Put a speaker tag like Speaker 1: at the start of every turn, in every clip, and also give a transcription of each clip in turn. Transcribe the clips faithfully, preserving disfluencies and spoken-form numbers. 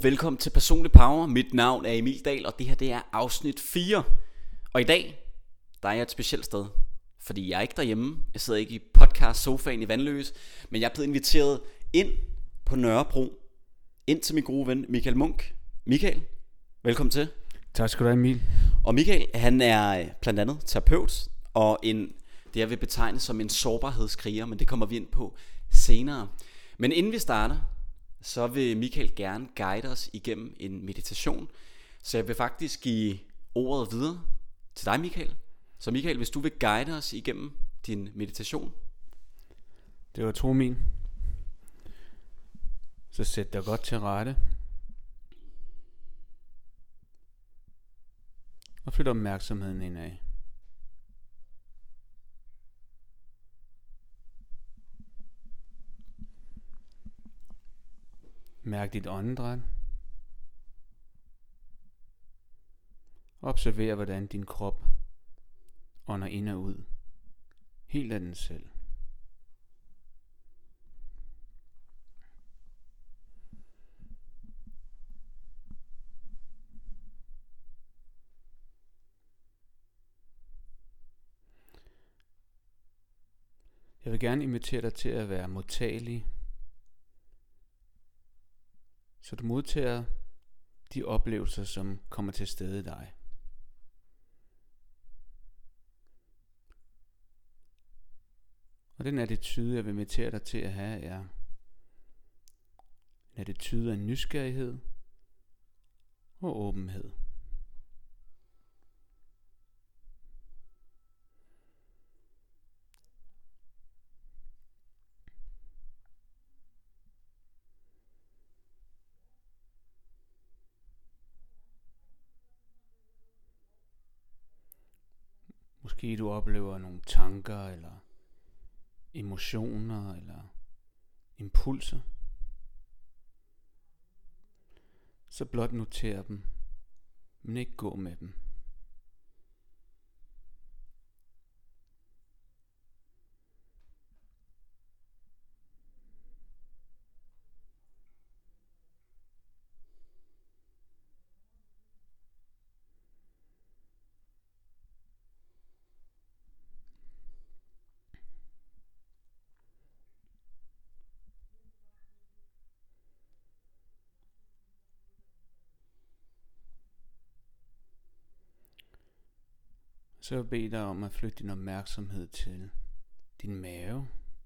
Speaker 1: Velkommen til Personlig Power. Mit navn er Emil Dahl, og det her det er afsnit fire. Og i dag, der er jeg et specielt sted, fordi jeg er ikke derhjemme. Jeg sidder ikke i podcast-sofaen i Vandløse, men jeg er blevet inviteret ind på Nørrebro, ind til min gode ven Michael Munk. Michael, velkommen til.
Speaker 2: Tak skal du have, Emil.
Speaker 1: Og Michael, han er blandt andet terapeut, og en, det jeg vil betegne som en sårbarhedskriger, men det kommer vi ind på senere. Men inden vi starter, så vil Michael gerne guide os igennem en meditation. Så jeg vil faktisk give ordet videre til dig, Michael. Så Michael, hvis du vil guide os igennem din meditation.
Speaker 2: Det var tro min. Så sæt dig godt til rette. Og flyt opmærksomheden indad. Mærk dit åndedræt. Observer, hvordan din krop ånder ind og ud. Helt af den selv. Jeg vil gerne invitere dig til at være modtagelig, så du modtager de oplevelser, som kommer til stede i dig. Og den attitude, jeg vil invitere dig til at have, er en attitude af nysgerrighed og åbenhed. Måske du oplever nogle tanker eller emotioner eller impulser. Så blot noter dem, men ikke gå med dem. Så jeg beder dig om at flytte din opmærksomhed til din mave.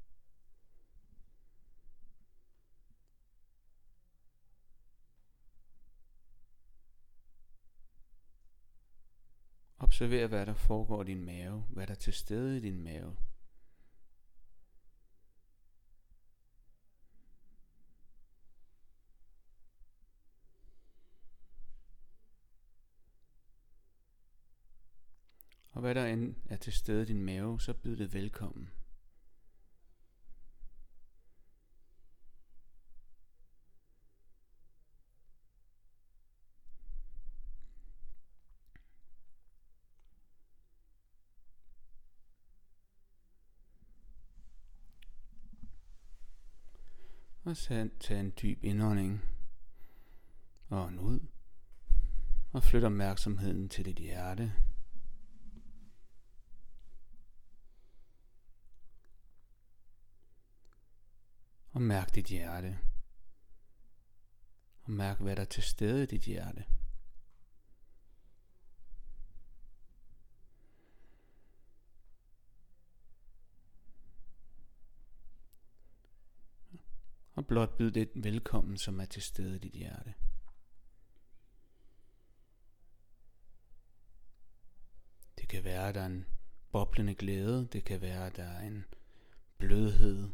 Speaker 2: Observer, hvad der foregår i din mave, hvad der er til stede i din mave. Og hvad der end er til stede i din mave, så byd det velkommen. Og så tag en dyb indånding og en ud. Og flyt opmærksomheden til dit hjerte. Og mærk dit hjerte. Og mærk, hvad der er til stede i dit hjerte. Og blot byd det velkommen, som er til stede i dit hjerte. Det kan være, at der er en boblende glæde. Det kan være, at der er en blødhed.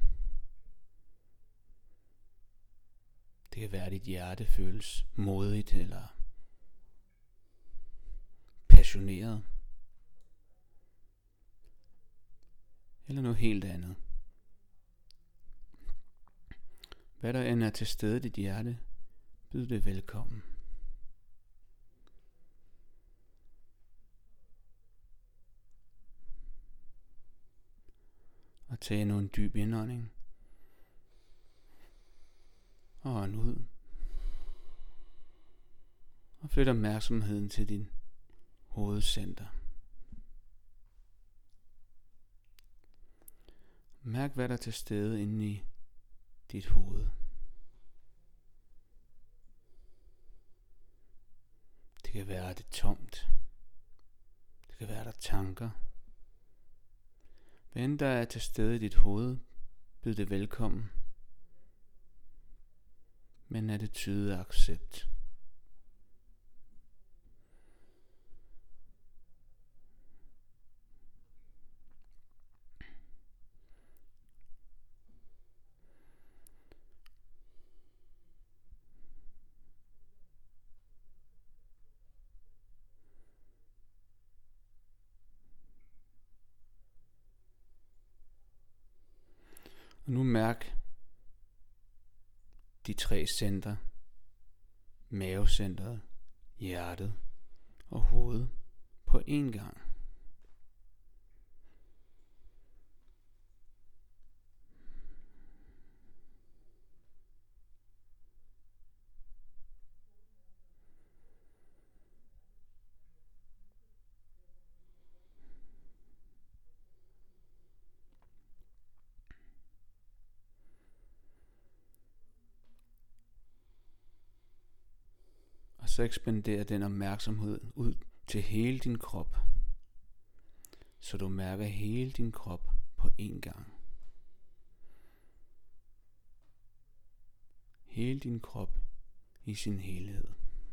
Speaker 2: Det kan være, at dit hjerte føles modigt eller passioneret. Eller noget helt andet. Hvad der end er til stede i dit hjerte, byd det velkommen. Og tag nu en dyb indånding. Og en ud. Og flyt opmærksomheden til din hovedcenter. Mærk, hvad der er til stede inde i dit hoved. Det kan være, at det er tomt. Det kan være, at der er tanker. Hvad end der er til stede i dit hoved, byd det velkommen. Men er det tyde accept. Og nu mærk de tre centre, mavecentret, hjertet og hovedet på én gang. Så ekspanderer den opmærksomhed ud til hele din krop, så du mærker hele din krop på én gang. Hele din krop i sin helhed.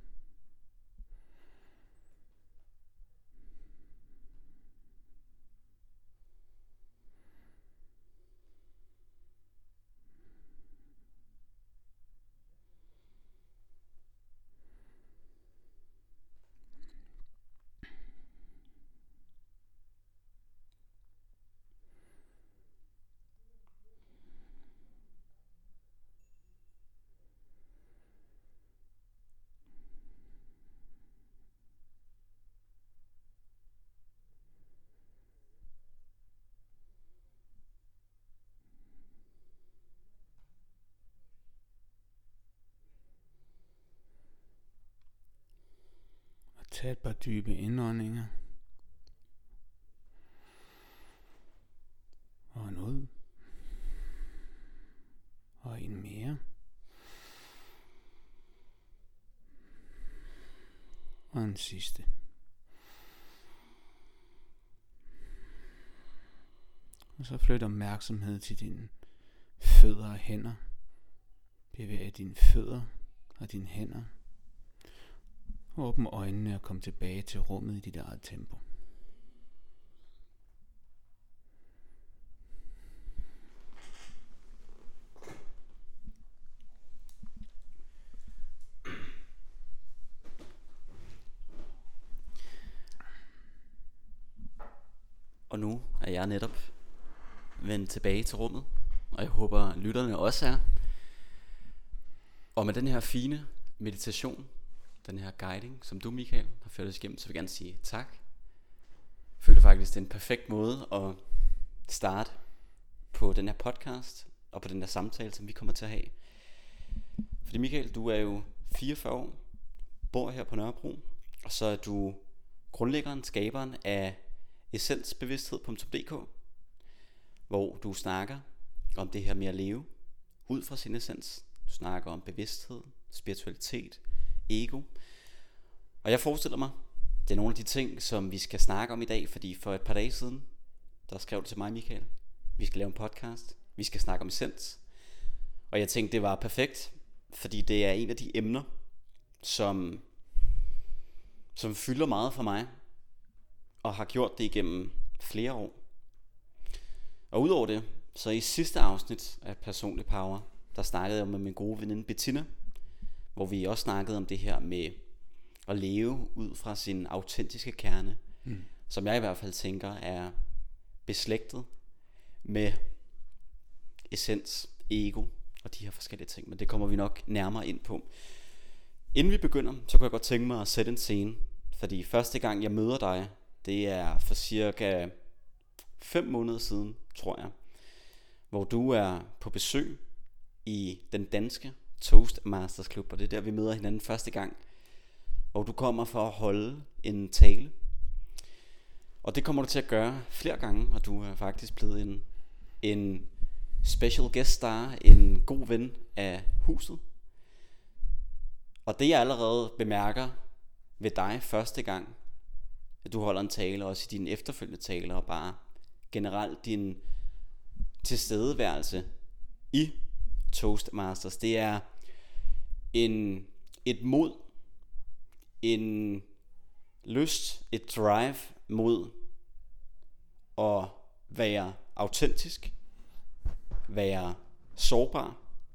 Speaker 2: Tag et par dybe indåndinger. Og en ud. Og en mere. Og en sidste. Og så flyt opmærksomhed til dine fødder og hænder. Bevæg dine fødder og dine hænder. Åbn øjnene og kom tilbage til rummet i dit eget tempo.
Speaker 1: Og nu er jeg netop vendt tilbage til rummet, og jeg håber lytterne også er. Og med den her fine meditation, den her guiding, som du, Michael, har ført os igennem, så vil jeg gerne sige tak. Jeg føler faktisk, det er en perfekt måde at starte på den her podcast, og på den her samtale, som vi kommer til at have. Fordi Michael, du er jo fireogfyrre år, bor her på Nørrebro, og så er du grundlæggeren, skaberen af essensbevidsthed punktum d k, hvor du snakker om det her med at leve ud fra sin essens. Du snakker om bevidsthed, spiritualitet, ego. Og jeg forestiller mig, det er nogle af de ting, som vi skal snakke om i dag, fordi for et par dage siden, der skrev du til mig, Michael, vi skal lave en podcast, vi skal snakke om essens. Og jeg tænkte, det var perfekt, fordi det er en af de emner, som, som fylder meget for mig, og har gjort det igennem flere år. Og udover det, så i sidste afsnit af Personlig Power, der snakkede jeg med min gode veninde Bettina, hvor vi også snakkede om det her med at leve ud fra sin autentiske kerne, mm. som jeg i hvert fald tænker er beslægtet med essens, ego og de her forskellige ting. Men det kommer vi nok nærmere ind på. Inden vi begynder, så kunne jeg godt tænke mig at sætte en scene. Fordi første gang jeg møder dig, det er for cirka fem måneder siden, tror jeg, hvor du er på besøg i den danske Toastmasters Klub, og det er der vi møder hinanden første gang, og du kommer for at holde en tale. Og det kommer du til at gøre flere gange, og du er faktisk blevet en, en special guest star, en god ven af huset. Og det jeg allerede bemærker ved dig første gang, at du holder en tale, også i dine efterfølgende taler, og bare generelt din tilstedeværelse i Toastmasters, det er en, et mod, en lyst, et drive mod at være autentisk, være sårbar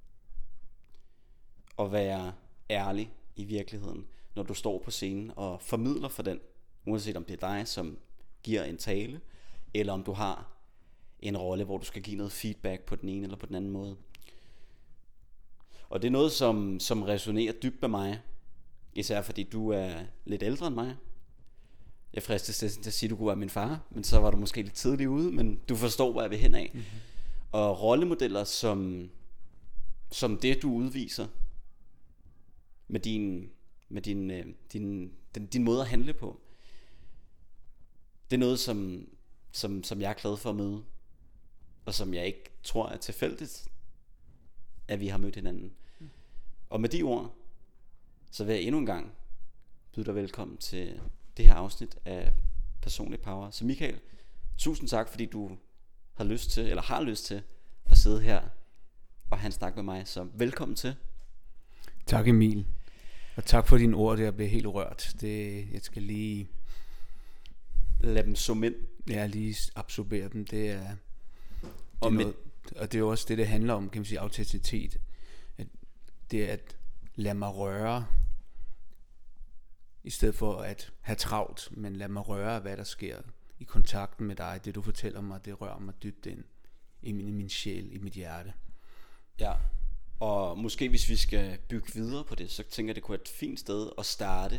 Speaker 1: og være ærlig i virkeligheden, når du står på scenen og formidler for den, uanset om det er dig, som giver en tale, eller om du har en rolle, hvor du skal give noget feedback på den ene eller på den anden måde. Og det er noget, som, som resonerer dybt med mig, især fordi du er lidt ældre end mig. Jeg fristes til at sige, at du kunne være min far, men så var du måske lidt tidligt ude, men du forstår, hvor jeg vil hen af. Mm-hmm. Og rollemodeller, som, som det, du udviser med din, med din, øh, din, din, din måde at handle på, det er noget, som, som, som jeg er glad for at møde, og som jeg ikke tror er tilfældigt, at vi har mødt hinanden. Mm. Og med de ord, så vil jeg endnu en gang byde dig velkommen til det her afsnit af Personlig Power. Så Michael, tusind tak, fordi du har lyst til, eller har lyst til at sidde her og have en snak med mig. Så velkommen til.
Speaker 2: Tak Emil. Og tak for dine ord, jeg blev helt rørt. Det, jeg skal lige
Speaker 1: lade dem summe ind.
Speaker 2: Ja, lige absorbere dem. Det er, det
Speaker 1: og,
Speaker 2: er
Speaker 1: med,
Speaker 2: noget, og det er også det, det handler om, kan man sige, autenticitet. At det er at lade mig røre, i stedet for at have travlt, men lad mig røre, hvad der sker i kontakten med dig. Det du fortæller mig, det rører mig dybt ind i min, i min sjæl, i mit hjerte.
Speaker 1: Ja, og måske hvis vi skal bygge videre på det, så tænker jeg, det kunne være et fint sted at starte.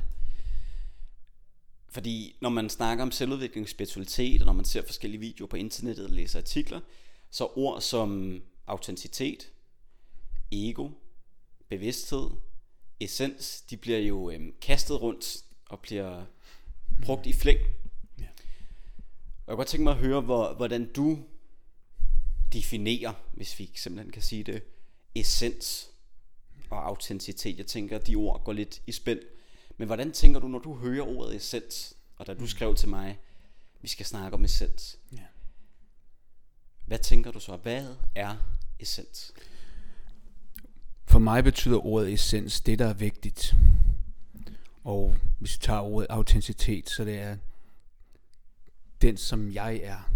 Speaker 1: Fordi når man snakker om selvudvikling, spiritualitet, og når man ser forskellige videoer på internettet og læser artikler, så ord som autenticitet, ego, bevidsthed, essens, de bliver jo øhm, kastet rundt og bliver brugt i flæng. Ja. Og jeg kunne godt tænke mig at høre, hvor, hvordan du definerer, hvis vi simpelthen kan sige det, essens og autenticitet. Jeg tænker, at de ord går lidt i spænd. Men hvordan tænker du, når du hører ordet essens, og da du skrev til mig, vi skal snakke om essens. Ja. Hvad tænker du så? Hvad er essens?
Speaker 2: For mig betyder ordet essens det, der er vigtigt. Og hvis vi tager ordet autenticitet, så det er den, som jeg er.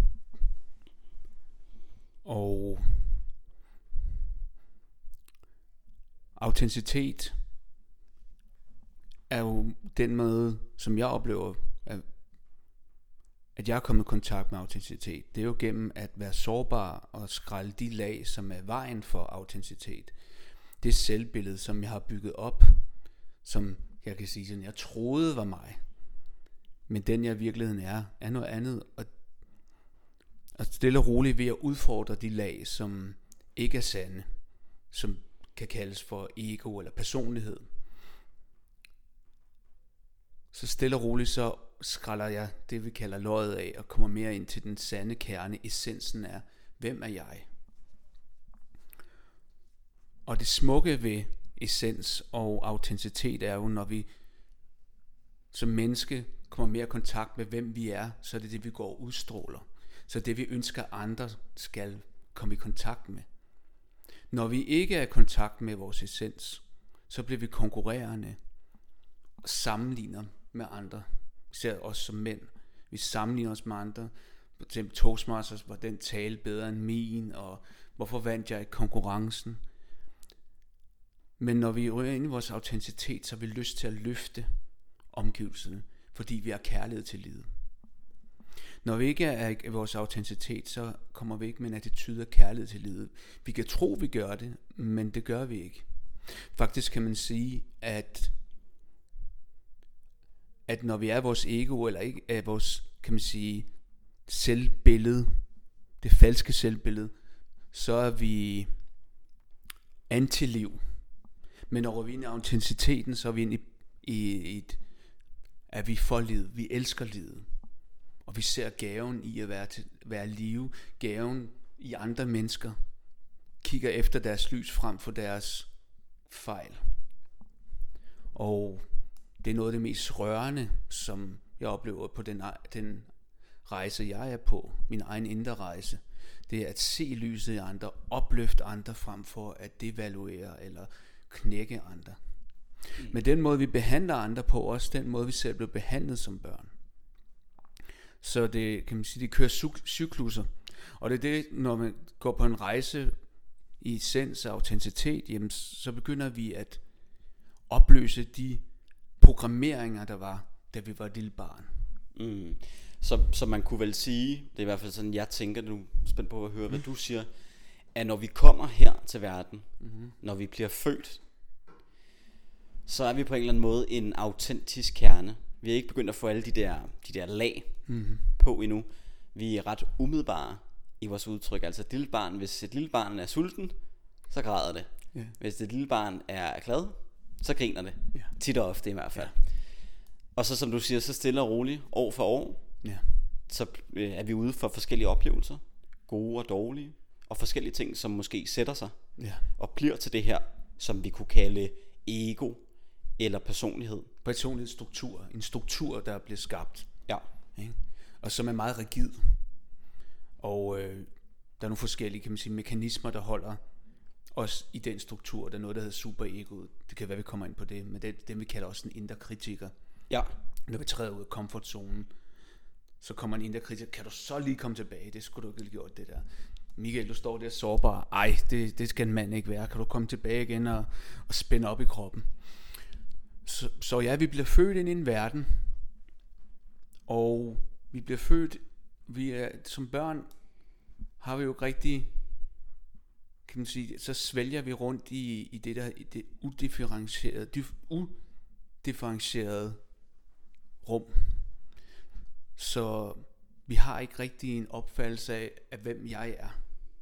Speaker 2: Og autenticitet er jo den måde, som jeg oplever, at jeg er kommet i kontakt med autenticitet. Det er jo gennem at være sårbar og skrælle de lag, som er vejen for autenticitet. Det selvbillede, som jeg har bygget op, som jeg kan sige, sådan, jeg troede var mig, men den jeg i virkeligheden er, er noget andet. Og, og stille og roligt ved at udfordre de lag, som ikke er sande, som kan kaldes for ego eller personlighed. Så stille og roligt så skræller jeg det vi kalder løget af og kommer mere ind til den sande kerne. Essensen er, hvem er jeg? Og det smukke ved essens og autenticitet er jo, når vi som menneske kommer mere i kontakt med hvem vi er, så er det det vi går og udstråler. Så det vi ønsker andre skal komme i kontakt med. Når vi ikke er i kontakt med vores essens, så bliver vi konkurrerende og sammenligner med andre. Især os som mænd. Vi sammenligner os med andre. For eksempel Toastmasters, var den tale bedre end min, og hvorfor vandt jeg i konkurrencen? Men når vi rører ind i vores autenticitet, så har vi lyst til at løfte omgivelserne, fordi vi har kærlighed til livet. Når vi ikke er i vores autenticitet, så kommer vi ikke med en attitude af kærlighed til livet. Vi kan tro, vi gør det, men det gør vi ikke. Faktisk kan man sige, at at når vi er vores ego, eller ikke er vores, kan man sige, selvbillede, det falske selvbillede, så er vi antiliv. Men når vi er inde i autenticiteten, så er vi inde i, i, i et at vi får livet, vi elsker livet. Og vi ser gaven i at være, til, være live, gaven i andre mennesker, kigger efter deres lys frem for deres fejl. Og det er noget af det mest rørende, som jeg oplever på den, den rejse, jeg er på, min egen indre rejse. Det er at se lyset i andre, opløfte andre frem for at devaluere eller knække andre. Mm. Men den måde vi behandler andre på, også den måde vi selv blev behandlet som børn. Så det kan man sige, det kører cyklusser. Og det er det, når man går på en rejse i essens og autenticitet, jamen, så begynder vi at opløse de programmeringer, der var, da vi var et lille barn.
Speaker 1: Mm. Så, så man kunne vel sige, det er i hvert fald sådan, jeg tænker, nu er spændt på at høre, mm. hvad du siger, at når vi kommer her til verden, mm. når vi bliver født, så er vi på en eller anden måde en autentisk kerne. Vi er ikke begyndt at få alle de der, de der lag mm. på endnu. Vi er ret umiddelbare i vores udtryk. Altså et lille barn, hvis et lille barn er sulten, så græder det. Yeah. Hvis et lille barn er glad, så griner det. Yeah. Tit og ofte i hvert fald. Yeah. Og så som du siger, så stille og roligt, år for år, yeah. så øh, er vi ude for forskellige oplevelser. Gode og dårlige. Og forskellige ting, som måske sætter sig. Yeah. Og bliver til det her, som vi kunne kalde ego eller personlighed.
Speaker 2: Personlighedsstruktur. En struktur, der bliver skabt.
Speaker 1: Ja.
Speaker 2: Ikke? Og som er meget rigid. Og øh, der er nogle forskellige, kan man sige, mekanismer, der holder os i den struktur. Der er noget, der hedder superegoet. Det kan være, vi kommer ind på det. Men det er det, vi kalder også en indre kritiker.
Speaker 1: Ja.
Speaker 2: Når vi træder ud af komfortzonen, så kommer en indre kritiker. Kan du så lige komme tilbage? Det skulle du ikke have gjort, det der. Michael, du står der sårbar. Ej, det, det skal en mand ikke være. Kan du komme tilbage igen og, og spænde op i kroppen? Så, så ja, vi bliver født ind i en verden. Og vi bliver født, vi er, som børn har vi jo rigtig, kan man sige, så svælger vi rundt i, i det der, i det udifferentierede, udifferentierede rum. Så vi har ikke rigtig en opfattelse af, af hvem jeg er.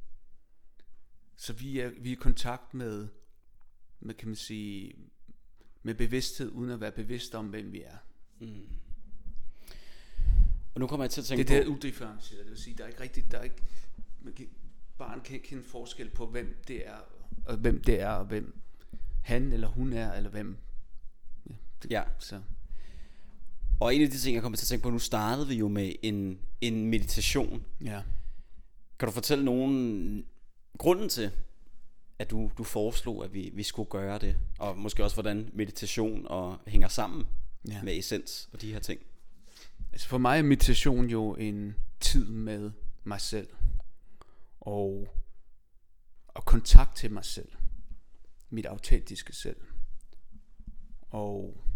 Speaker 2: Så vi er, vi er i kontakt med, med, kan man sige, med bevidsthed, uden at være bevidst om, hvem vi er. Mm.
Speaker 1: Og nu kommer jeg til at tænke
Speaker 2: det
Speaker 1: på...
Speaker 2: Det er udifferentieret, det vil sige, der er ikke rigtigt, der er ikke... Man kan, barn kan ikke kende forskel på, hvem det er, og hvem det er, og hvem han eller hun er, eller hvem... Ja. Det,
Speaker 1: ja.
Speaker 2: Så.
Speaker 1: Og en af de ting, jeg kommer til at tænke på, nu startede vi jo med en, en meditation.
Speaker 2: Ja.
Speaker 1: Kan du fortælle nogen grunden til, at du, du foreslog, at vi, vi skulle gøre det? Og måske også, hvordan meditation og hænger sammen ja. med essens og de her ting?
Speaker 2: Altså for mig er meditation jo en tid med mig selv. Og, og kontakt til mig selv. Mit autentiske selv. Og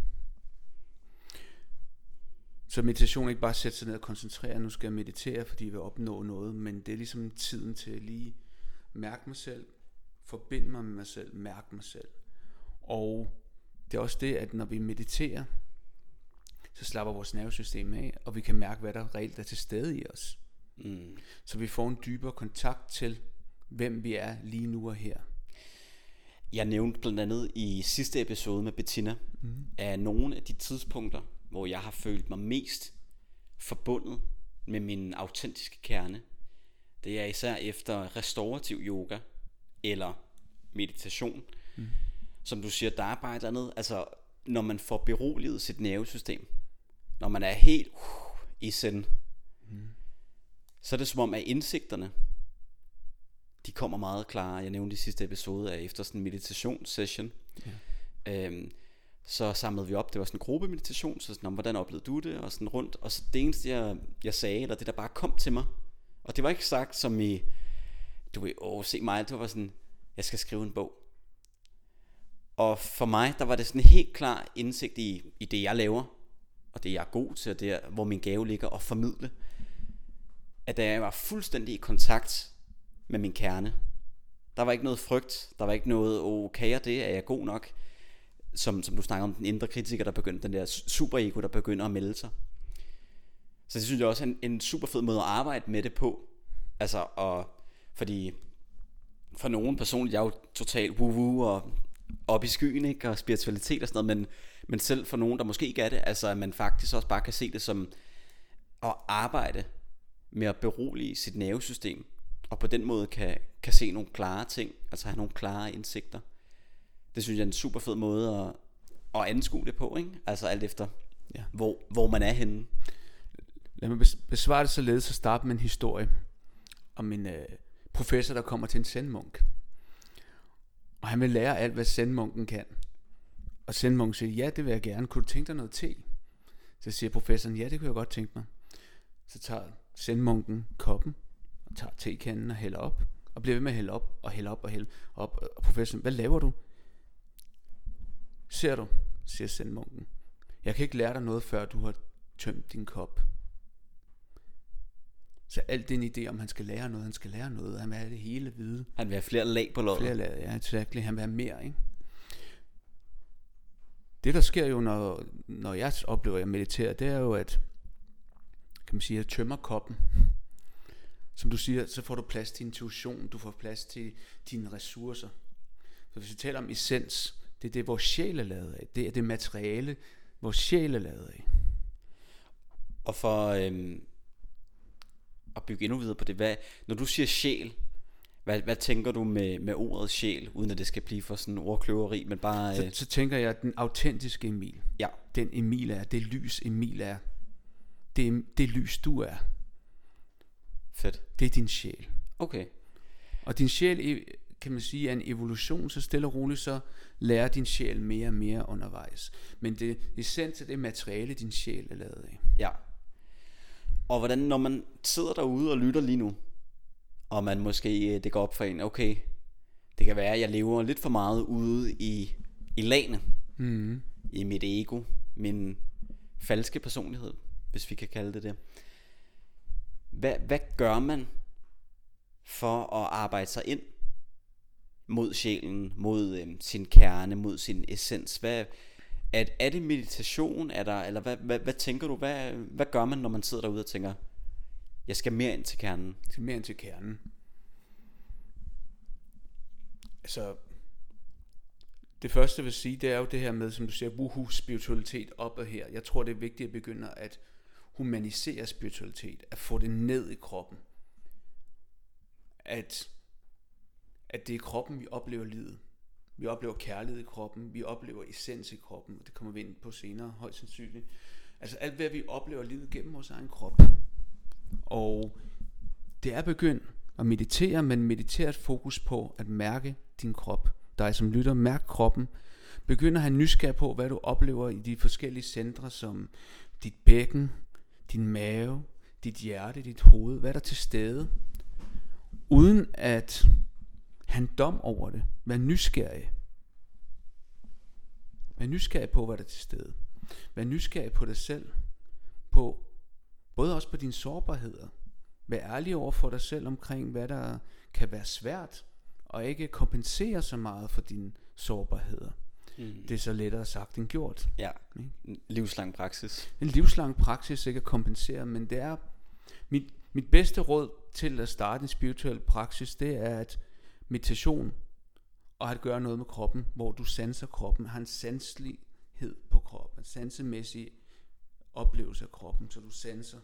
Speaker 2: så meditation er ikke bare at sætte sig ned og koncentrere. Nu skal jeg meditere, fordi jeg vil opnå noget. Men det er ligesom tiden til at lige mærke mig selv. Forbinde mig med mig selv. Mærke mig selv. Og det er også det, at når vi mediterer, så slapper vores nervesystem af, og vi kan mærke, hvad der reelt er til stede i os. Mm. Så vi får en dybere kontakt til, hvem vi er lige nu og her.
Speaker 1: Jeg nævnte blandt andet i sidste episode med Bettina, mm. af nogle af de tidspunkter, hvor jeg har følt mig mest forbundet med min autentiske kerne. Det er især efter restaurativ yoga eller meditation. Mm. Som du siger, der er bare et andet, altså når man får beroliget sit nervesystem, når man er helt uh, i zen, mm. så er det som om, at indsigterne, de kommer meget klare. Jeg nævnte i sidste episode, at efter sådan en meditationssession, ja. øhm, så samlede vi op, det var sådan en gruppemeditation, så sådan, om hvordan oplevede du det, og sådan rundt, og så det eneste, jeg, jeg sagde, eller det der bare kom til mig, og det var ikke sagt som i, du ved, åh, se mig, det var sådan, jeg skal skrive en bog. Og for mig, der var det sådan en helt klar indsigt i, i det, jeg laver, og det, jeg er god til, og det, hvor min gave ligger, og formidle, at da jeg var fuldstændig i kontakt med min kerne, der var ikke noget frygt, der var ikke noget, åh, kan jeg det, er jeg god nok, som, som du snakker om, den indre kritiker, der begyndte, den der superego, der begynder at melde sig. Så det synes jeg også er en, en super fed måde at arbejde med det på, altså, og fordi for nogen personligt, jeg er jo totalt woo-woo, og op i skyen, ikke? Og spiritualitet og sådan noget, men, men selv for nogen, der måske ikke er det, altså at man faktisk også bare kan se det som at arbejde med at berolige sit nervesystem, og på den måde kan, kan se nogle klare ting, altså have nogle klare indsigter. Det synes jeg er en super fed måde at, at anskue det på, ikke? Altså alt efter, ja. hvor, hvor man er henne.
Speaker 2: Lad mig besvare det således og starte med en historie om en øh, professor, der kommer til en zen-munk. Og han vil lære alt, hvad zen-munken kan. Og zen-munken siger, ja, det vil jeg gerne. Kunne du tænke dig noget te? Så siger professoren, ja, det kunne jeg godt tænke mig. Så tager zen-munken koppen, og tager tekanden og hælder op, og bliver ved med at hælde op, og hælde op, og hælde op. Og professoren, hvad laver du? Ser du, siger zen-munken. Jeg kan ikke lære dig noget, før du har tømt din kop. Så alt det en idé om, han skal lære noget, han skal lære noget, han vil have det hele vide.
Speaker 1: Han vil have flere lag på låget.
Speaker 2: Flere lag, ja, exactly. Han vil have mere, ikke? Det der sker jo, når, når jeg oplever, at jeg mediterer, det er jo, at kan man sige, at jeg tømmer koppen. Som du siger, så får du plads til intuition, du får plads til dine ressourcer. Så hvis vi taler om essens, det er det, vores sjæl er lavet af. Det er det materiale, vores sjæl er lavet af.
Speaker 1: Og for øhm, at bygge endnu videre på det, hvad, når du siger sjæl, hvad, hvad tænker du med, med ordet sjæl, uden at det skal blive for sådan ordkløveri, men bare...
Speaker 2: Så,
Speaker 1: øh...
Speaker 2: så tænker jeg, at den autentiske Emil,
Speaker 1: ja.
Speaker 2: Den Emil er, det lys Emil er, det, det lys du er.
Speaker 1: Fedt.
Speaker 2: Det er din sjæl.
Speaker 1: Okay.
Speaker 2: Og din sjæl, kan man sige, er en evolution, så stille og roligt, så lærer din sjæl mere og mere undervejs. Men det essens af det materiale, din sjæl er lavet af.
Speaker 1: Ja. Og hvordan, når man sidder derude og lytter lige nu, og man måske, det går op for en, okay, det kan være, at jeg lever lidt for meget ude i, i lagene,
Speaker 2: mm.
Speaker 1: i mit ego, min falske personlighed, hvis vi kan kalde det det. Hvad, hvad gør man for at arbejde sig ind mod sjælen, mod øhm, sin kerne, mod sin essens? Hvad, er, er det meditation, er der, eller hvad, hvad, hvad tænker du, hvad, hvad gør man, når man sidder derude og tænker, jeg skal mere ind til kernen?
Speaker 2: Jeg skal mere ind til kernen. Altså, det første jeg vil sige, det er jo det her med, som du siger, wuhu, spiritualitet op og her. Jeg tror det er vigtigt at begynde at humanisere spiritualitet, at få det ned i kroppen. At, at det er i kroppen, vi oplever livet. Vi oplever kærlighed i kroppen, vi oplever essens i kroppen, og det kommer vi ind på senere, højst sandsynligt. Altså alt hvad vi oplever livet gennem vores egen krop. Og det er begyndt at meditere, men meditere et fokus på at mærke din krop. Dig som lytter, mærk kroppen. Begynd at have nysgerrig på, hvad du oplever i de forskellige centre, som dit bækken, din mave, dit hjerte, dit hoved, hvad er der til stede. Uden at have en dom over det. Vær nysgerrig. Vær nysgerrig på, hvad der er til stede. Vær nysgerrig på dig selv. På, både også på dine sårbarheder. Vær ærlig over for dig selv omkring, hvad der kan være svært. Og ikke kompensere så meget for dine sårbarheder. Mm. Det er så lettere sagt end gjort.
Speaker 1: Ja, en livslang praksis.
Speaker 2: En livslang praksis ikke at kompensere, men det er mit, mit bedste råd til at starte en spirituel praksis, det er at meditation og at gøre noget med kroppen, hvor du sanser kroppen, har en sanselighed på kroppen, en sansemæssig oplevelse af kroppen, så du sanser.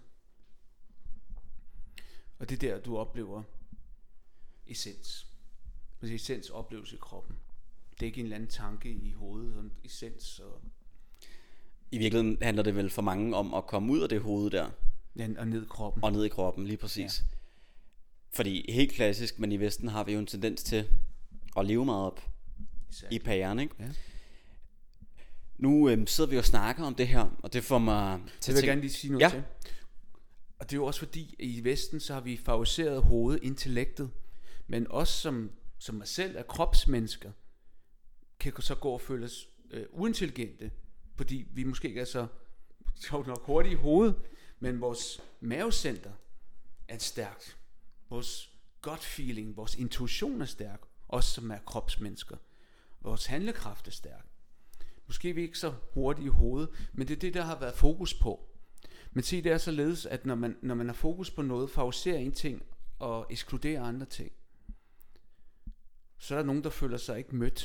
Speaker 2: Og det er der du oplever essens. Altså essens oplevelse i kroppen. Det er ikke en eller anden tanke i hovedet, sådan essens. Og
Speaker 1: i virkeligheden handler det vel for mange om at komme ud af det hoved der.
Speaker 2: Ja, og ned i kroppen.
Speaker 1: Og ned i kroppen, lige præcis. Ja. Fordi helt klassisk, men i Vesten har vi jo en tendens til at leve meget op exactly. i pæren, ikke? Ja. Nu øhm, sidder vi og snakker om det her, og det får mig til
Speaker 2: at vil jeg gerne lige sige noget ja. til. Og det er jo også fordi, at i Vesten, så har vi favoriseret hovedet, intellektet. Men os som, som mig selv er kropsmennesker, kan så gå og føle os øh, uintelligente, fordi vi måske ikke er så sjovt nok hurtigt i hovedet, men vores mavecenter er stærkt. Vores gut feeling, vores intuition er stærk, os som er kropsmennesker. Vores handlekraft er stærk. Måske er vi ikke så hurtigt i hovedet, men det er det, der har været fokus på. Men se, det er således, at når man, når man har fokus på noget, favoriserer en ting og ekskluderer andre ting, så er der nogen, der føler sig ikke mødt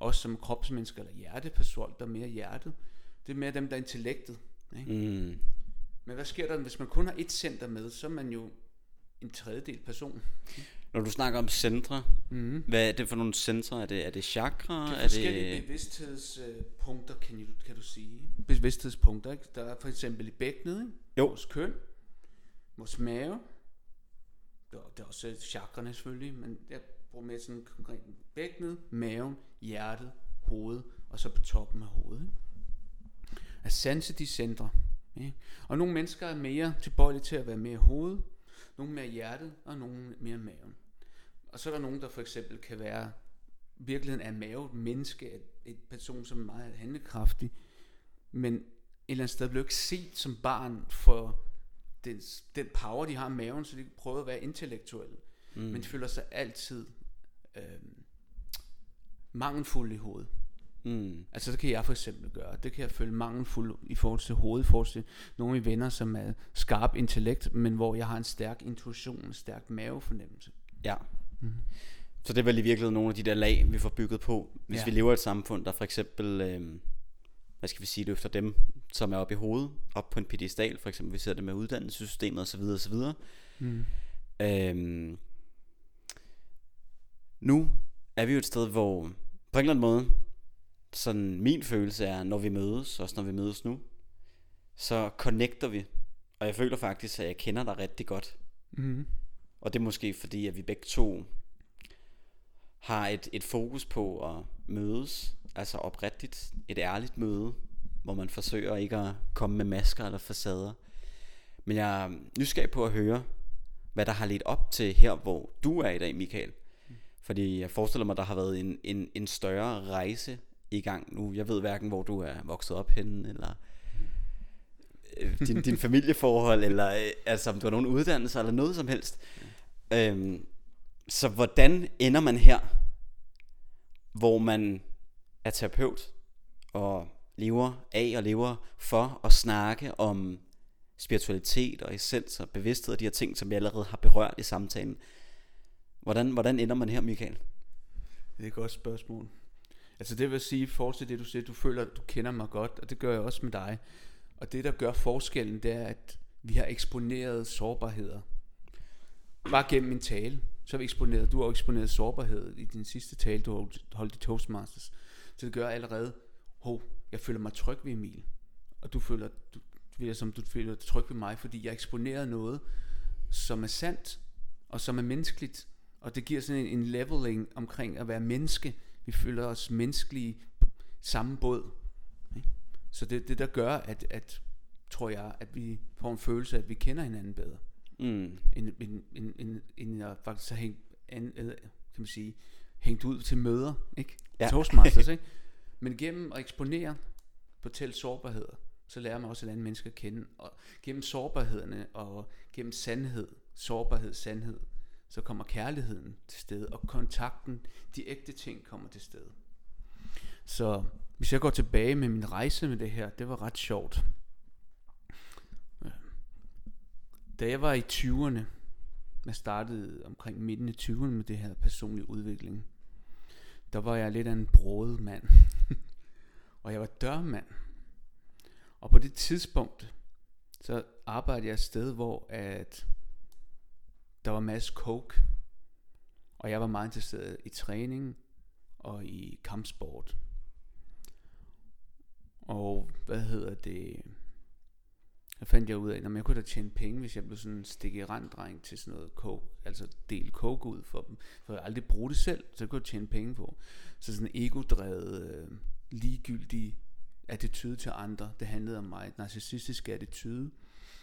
Speaker 2: Også som kropsmennesker eller hjerteperson, der er mere hjertet. Det er mere dem, der er intellektet. Ikke?
Speaker 1: Mm.
Speaker 2: Men hvad sker der, hvis man kun har et center med, så er man jo en tredjedel person.
Speaker 1: Når du snakker om centre,
Speaker 2: Mm.
Speaker 1: hvad er det for nogle centre? Er det, er det chakra?
Speaker 2: Det er
Speaker 1: er
Speaker 2: forskellige
Speaker 1: det...
Speaker 2: bevidsthedspunkter, kan, I, kan du sige. Bevidsthedspunkter, ikke? Der er for eksempel i bækkenet, ikke?
Speaker 1: Jo.
Speaker 2: Vores køn, vores mave. Der, der er også chakrene selvfølgelig, men jeg bruger mere sådan konkret bækkenet, maven, hjertet, hovedet, og så på toppen af hovedet. Ikke? At sanse de centre. Ikke? Og nogle mennesker er mere tilbøjelige til at være mere hovedet, nogle mere hjertet, og nogle mere maven. Og så er der nogen, der for eksempel kan være virkeligheden af mave, et menneske, et, et person, som er meget handlekraftig, men et eller andet sted blev ikke set som barn for den, den power, de har i maven, så de prøver at være intellektuelle. Mm. Men de føler sig altid øh, mangelfulde i hovedet. Mm. Altså det kan jeg for eksempel gøre. Det kan jeg føle mangelfuld i forhold til hovedet, i forhold til nogle af mine venner, som er skarp intellekt, men hvor jeg har en stærk intuition, en stærk mavefornemmelse.
Speaker 1: Ja. Mm. Så det er vel i virkeligheden nogle af de der lag, vi får bygget på, hvis ja. vi lever i et samfund, der for eksempel, øh, hvad skal vi sige det efter dem, som er oppe i hovedet, op på en pedestal, for eksempel vi ser det med uddannelsessystemet osv. osv. Mm. Øhm, nu er vi jo et sted, hvor på en eller anden måde, sådan min følelse er, når vi mødes, også når vi mødes nu, så connecter vi, og jeg føler faktisk, at jeg kender dig rigtig godt. Mm. Og det er måske fordi, at vi begge to har et, et fokus på at mødes, altså oprigtigt, et ærligt møde, hvor man forsøger ikke at komme med masker eller facader. Men jeg er nysgerrig på at høre, hvad der har ledt op til her, hvor du er i dag, Michael. Fordi jeg forestiller mig, der har været en, en, en større rejse i gang nu. Jeg ved hverken, hvor du er vokset op henne, eller øh, din, din familieforhold, eller øh, altså om du har nogen uddannelse, eller noget som helst. Øhm, så hvordan ender man her, hvor man er terapeut, og lever af og lever for at snakke om spiritualitet og essens og bevidsthed og de her ting, som vi allerede har berørt i samtalen. Hvordan, hvordan ender man her, Michael?
Speaker 2: Det er et godt spørgsmål. Altså det vil sige, i forhold til det du siger, du føler, at du kender mig godt, og det gør jeg også med dig. Og det der gør forskellen, det er, at vi har eksponeret sårbarheder. Bare gennem min tale, så har vi eksponeret, du har eksponeret sårbarhed i din sidste tale, du har holdt i Toastmasters. Så det gør allerede, hov, jeg føler mig tryg ved Emil, og du føler, du, du, som du føler dig tryg ved mig, fordi jeg eksponerer noget, som er sandt, og som er menneskeligt. Og det giver sådan en, en leveling omkring at være menneske. Vi føler os menneskelige samme båd. Ikke? Så det er det, der gør, at, at, tror jeg, at vi får en følelse af, at vi kender hinanden bedre. Mm. End, end, end, end, end at faktisk have hængt, en, kan man sige, hængt ud til møder, ikke? Ja. Toastmasters, ikke? Men gennem at eksponere, fortælle sårbarheder, så lærer man også et andet menneske at kende. Og gennem sårbarhederne og gennem sandhed, sårbarhed, sandhed, så kommer kærligheden til stede, og kontakten, de ægte ting kommer til stede. Så hvis jeg går tilbage med min rejse med det her, det var ret sjovt. Da jeg var i tyverne, jeg startede omkring midten af tyverne med det her personlige udvikling, der var jeg lidt af en broget mand. Og jeg var dørmand. Og på det tidspunkt, så arbejdede jeg et sted, hvor at der var masser coke, og jeg var meget interesseret i træning og i kampsport. Og hvad hedder det? Så fandt jeg ud af, at jeg kunne da tjene penge, hvis jeg blev sådan en stikke-rand-dreng til sådan noget coke, altså del coke ud for dem, for jeg aldrig bruge det selv, så kunne jeg tjene penge på. Så sådan en ego-drevet, øh, ligegyldig attitude til andre, det handlede om mig, et narcissistisk attitude.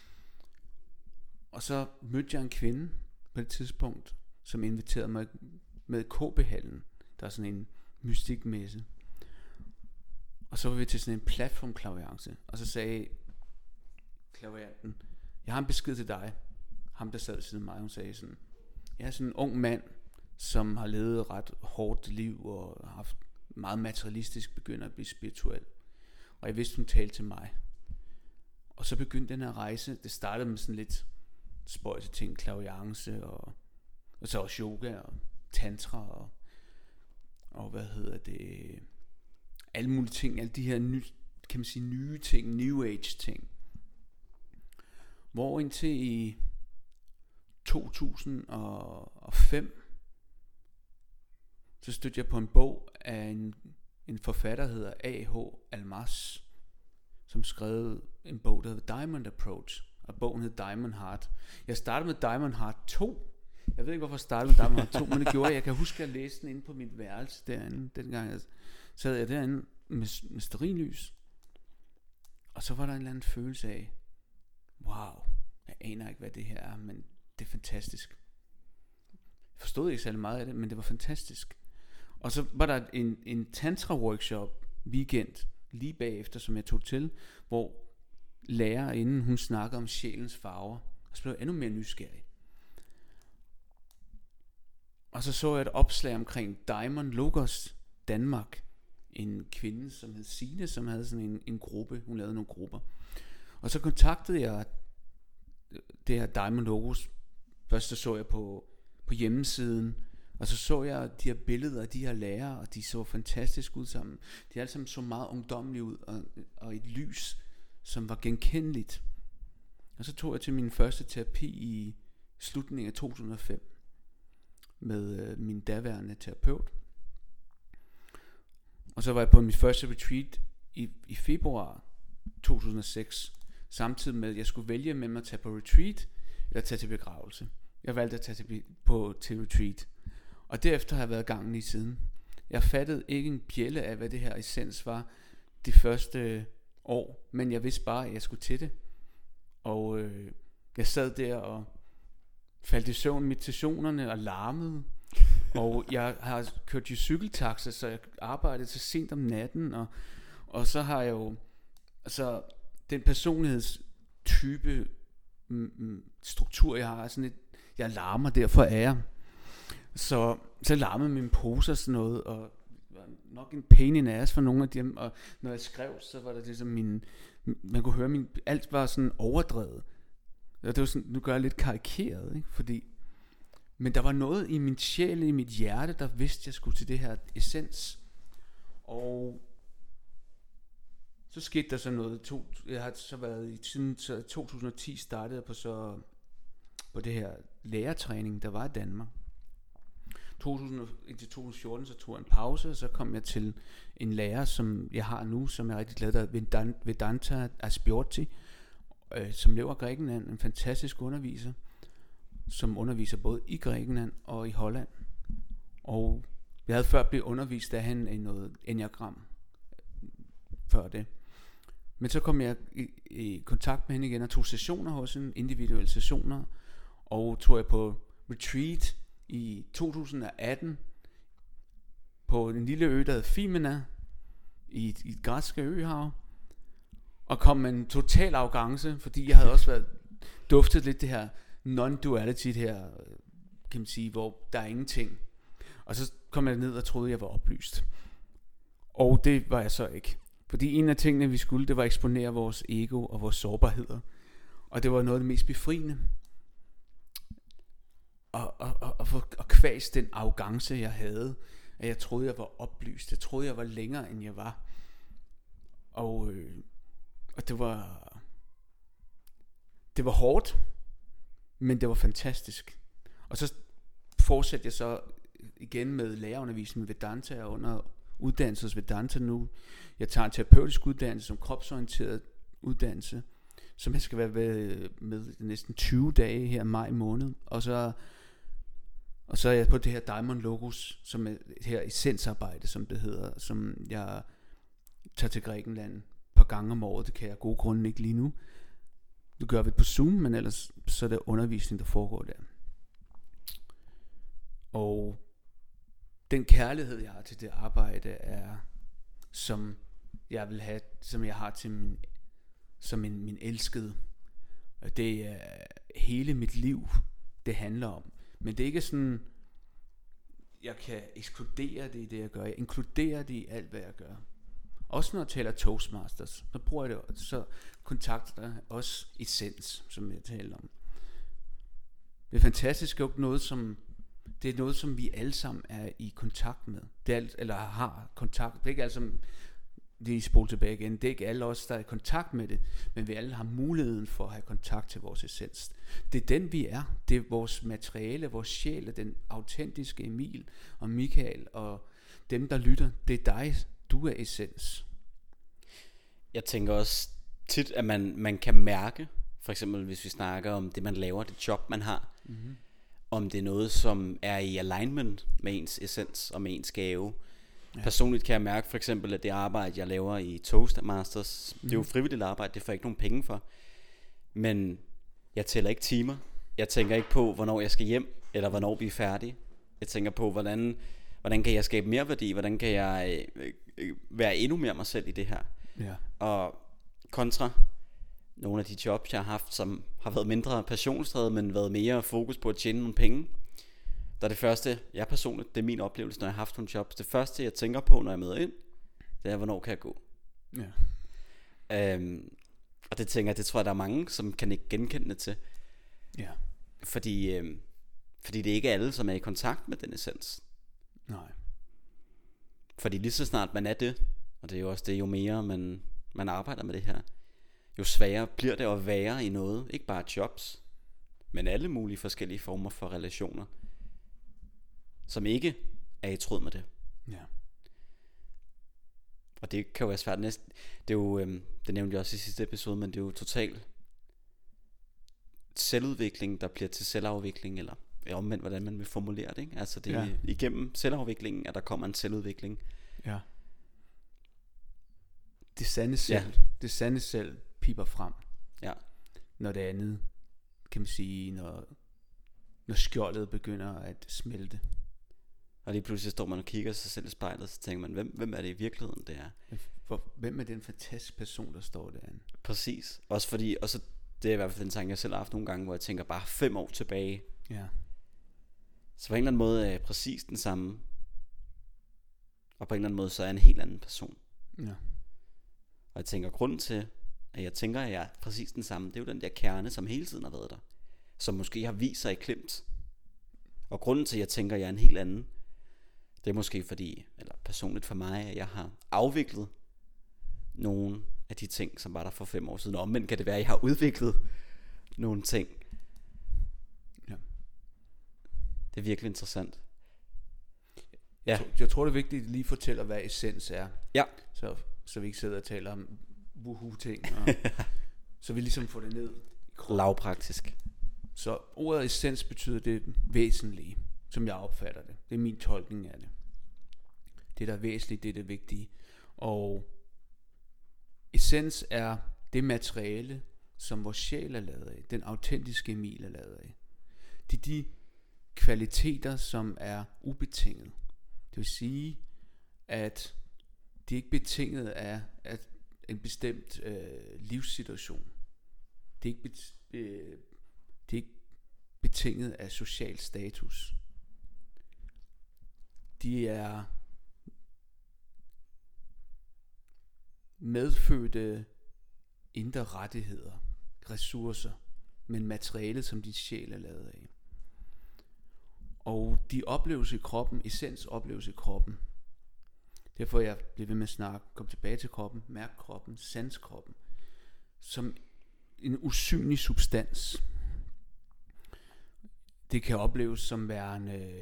Speaker 2: Og så mødte jeg en kvinde på et tidspunkt, som inviterede mig med K B-hallen. Der er sådan en mystikmesse. Og så var vi til sådan en platformklaviance, og så sagde klavianten, jeg har en besked til dig. Ham der sad ved siden af mig, hun sagde sådan, jeg er sådan en ung mand, som har levet et ret hårdt liv og har haft meget materialistisk, begynder at blive spirituel. Og jeg vidste, hun talte til mig. Og så begyndte den her rejse. Det startede med sådan lidt spøjse ting, klaviance og, og så også yoga og tantra og, og hvad hedder det, alle mulige ting, alle de her ny, kan man sige, nye ting, New Age ting. Hvor indtil i to tusind og fem, så stødte jeg på en bog af en, en forfatter, der hedder A H Almaas, som skrev en bog, der hedder Diamond Approach, og bogen hed Diamond Heart. Jeg startede med Diamond Heart to. Jeg ved ikke, hvorfor jeg startede med Diamond Heart to, men det gjorde jeg. Jeg kan huske, at jeg læste den inde på mit værelse derinde, dengang jeg sad jeg derinde med, med stearinlys. Og så var der en eller anden følelse af, wow, jeg aner ikke, hvad det her er, men det er fantastisk. Jeg forstod ikke særlig meget af det, men det var fantastisk. Og så var der en, en tantra workshop weekend lige bagefter, som jeg tog til, hvor lærerinden, hun snakkede om sjælens farver, og så blev jeg endnu mere nysgerrig. Og så så jeg et opslag omkring Diamond Logos Danmark, en kvinde, som hed Signe, som havde sådan en, en gruppe, hun lavede nogle grupper. Og så kontaktede jeg det her Diamond Logos. Først så så jeg på, på hjemmesiden, og så så jeg de her billeder af de her lærere, og de så fantastisk ud sammen. De alle sammen så meget ungdommelige ud, og, og et lys, som var genkendeligt. Og så tog jeg til min første terapi i slutningen af to tusind og fem med øh, min daværende terapeut. Og så var jeg på mit første retreat i, i februar to tusind og seks, samtidig med at jeg skulle vælge mellem at tage på retreat eller tage til begravelse. Jeg valgte at tage til, på, til retreat, og derefter har jeg været i gang lige siden. Jeg fattede ikke en bjælle af, hvad det her essens var de første år, men jeg vidste bare, at jeg skulle til det. Og øh, jeg sad der og faldt i søvn meditationerne og larmede. Og jeg har kørt i cykeltaxa, så jeg arbejdede til sent om natten, og, og så har jeg jo altså den personlighedstype mm, struktur jeg har, sådan et, jeg larmer, derfor er jeg. Så så larmede mine poser og sådan noget, og nok en pain in ass for nogle af dem, og når jeg skrev, så var det ligesom min, man kunne høre min, alt var sådan overdrevet. Og det var sådan, nu gør jeg lidt karikeret, ikke? Fordi men der var noget i min sjæl, i mit hjerte, der vidste, jeg skulle til det her essens. Og så skete der så noget. To, jeg har så været i siden to tusind og ti startede jeg på så på det her lærertræning, der var i Danmark. to tusind indtil to tusind og fjorten så tog jeg en pause, og så kom jeg til en lærer, som jeg har nu, som jeg er rigtig glad for, Vedanta Asbjorti, øh, som lever i Grækenland, en fantastisk underviser, som underviser både i Grækenland og i Holland. Og jeg havde før blevet undervist af hende i noget enneagram før det. Men så kom jeg i, i kontakt med hende igen og tog sessioner hos hende, individuelle sessioner, og tog jeg på retreat i to tusind og atten på en lille ø, der hed Fimena i, i et græske øhav, og kom med en total arrogance, fordi jeg havde også været duftet lidt det her non-duality her, kan man sige, hvor der er ingenting. Og så kom jeg ned og troede, jeg var oplyst. Og det var jeg så ikke. Fordi en af tingene, vi skulle, det var at eksponere vores ego og vores sårbarheder. Og det var noget af det mest befriende. Og, og, og, og, og kvæs den arrogance, jeg havde, at jeg troede, jeg var oplyst. Jeg troede, jeg var længere, end jeg var. Og, øh, og det var det var hårdt, men det var fantastisk. Og så fortsatte jeg så igen med lærerundervisning med Vedanta og under uddannelse hos Vedanta nu. Jeg tager en terapeutisk uddannelse som kropsorienteret uddannelse, som jeg skal være med, med næsten tyve dage her i maj måned. Og så, og så er jeg på det her Diamond Logos, som er det her essensarbejde, som det hedder, som jeg tager til Grækenland et par gange om året. Det kan jeg af gode grunde ikke lige nu. Det gør vi på Zoom, men ellers så er det undervisning, der foregår der. Og den kærlighed, jeg har til det arbejde, er som jeg vil have, som jeg har til min, som min, min elskede. Og det er hele mit liv, det handler om. Men det er ikke sådan, jeg kan ekskludere det i det, jeg gør. Jeg inkluderer det i alt, hvad jeg gør. Også når jeg taler Toastmasters, så bruger jeg det, så kontakter jeg også essens, som jeg taler om. Det er fantastisk, jo noget som det er noget, som vi alle sammen er i kontakt med. Det er alt, eller har kontakt. Det er ikke alle som lige spole tilbage igen. Det er ikke alle os, der er i kontakt med det, men vi alle har muligheden for at have kontakt til vores essens. Det er den, vi er. Det er vores materiale, vores sjæl, den autentiske Emil og Michael og dem, der lytter. Det er dig. Du er essens.
Speaker 1: Jeg tænker også tit, at man, man kan mærke, for eksempel hvis vi snakker om det, man laver, det job, man har, mm-hmm. om det er noget, som er i alignment med ens essens og med ens gave. Ja. Personligt kan jeg mærke for eksempel, at det arbejde, jeg laver i Toastmasters, mm. det er jo frivilligt arbejde, det får jeg ikke nogen penge for. Men jeg tæller ikke timer. Jeg tænker ikke på, hvornår jeg skal hjem, eller hvornår vi er færdige. Jeg tænker på, hvordan, hvordan kan jeg skabe mere værdi, hvordan kan jeg øh, øh, være endnu mere mig selv i det her.
Speaker 2: Ja.
Speaker 1: Og kontra nogle af de jobs, jeg har haft, som har været mindre passionsdrevet, men været mere fokus på at tjene nogle penge. Der er det første, jeg personligt, det er min oplevelse, når jeg har haft nogle jobs. Det første, jeg tænker på, når jeg møder ind, det er, hvornår kan jeg gå?
Speaker 2: Ja.
Speaker 1: Øhm, og det tænker jeg, det tror jeg, der er mange, som kan ikke genkende det til.
Speaker 2: Ja.
Speaker 1: Fordi, øhm, fordi det er ikke alle, som er i kontakt med den essens.
Speaker 2: Nej.
Speaker 1: Fordi lige så snart man er det, og det er jo også det, jo mere man, man arbejder med det her, jo sværere bliver det at være i noget. Ikke bare jobs, men alle mulige forskellige former for relationer, som ikke er i tråd med det.
Speaker 2: Ja.
Speaker 1: Og det kan jo være svært næsten. Det er jo, øhm, det nævnte jeg også i sidste episode, men det er jo totalt selvudvikling, der bliver til selvafvikling, eller omvendt, hvordan man vil formulere det, ikke? Altså det er ja. igennem selvafviklingen, at der kommer en selvudvikling.
Speaker 2: Ja. Det sande selv, ja. det sande selv piper frem.
Speaker 1: Ja.
Speaker 2: Når det andet, kan man sige, når, når skjoldet begynder at smelte.
Speaker 1: Og lige pludselig står man og kigger sig selv i spejlet, så tænker man, hvem, hvem er det i virkeligheden, det er?
Speaker 2: For, hvem er den fantastiske person, der står derinde?
Speaker 1: Præcis. Også fordi, og så, det er i hvert fald den tanke, jeg selv har haft nogle gange, hvor jeg tænker bare fem år tilbage.
Speaker 2: Ja.
Speaker 1: Så på en eller anden måde er jeg præcis den samme. Og på en eller anden måde, så er jeg en helt anden person.
Speaker 2: Ja.
Speaker 1: Og jeg tænker, grunden til, at jeg tænker, at jeg er præcis den samme, det er jo den der kerne, som hele tiden har været der. Som måske har vist sig i klemt. Og grunden til, at jeg tænker, at jeg er en helt anden, det er måske fordi, eller personligt for mig, at jeg har afviklet nogle af de ting, som var der for fem år siden. Og omvendt kan det være, at jeg har udviklet nogle ting.
Speaker 2: Ja.
Speaker 1: Det er virkelig interessant.
Speaker 2: Ja. Jeg, tror, jeg tror det er vigtigt at lige fortælle, hvad essens er.
Speaker 1: Ja.
Speaker 2: Så, så vi ikke sidder og taler om wuhu ting og så vi ligesom får det ned i kroppen.
Speaker 1: Lavpraktisk.
Speaker 2: Så ordet essens betyder det væsentlige, som jeg opfatter det. Det er min tolkning af det. Det der er væsentligt, det er det vigtige. Og essens er det materiale, som vores sjæl er lavet af. Den autentiske Emil er lavet af. Det er de kvaliteter, som er ubetinget. Det vil sige, at de ikke er betinget af, af en bestemt øh, livssituation. Det er ikke bet, øh, det er ikke betinget af social status. De er medfødte indre rettigheder, ressourcer, men materialet, som din sjæl er lavet af. Og de opleves i kroppen, essens opleves i kroppen. Derfor jeg bliver ved med at snakke, kom tilbage til kroppen, mærk kroppen, sans kroppen, som en usynlig substans. Det kan opleves som værende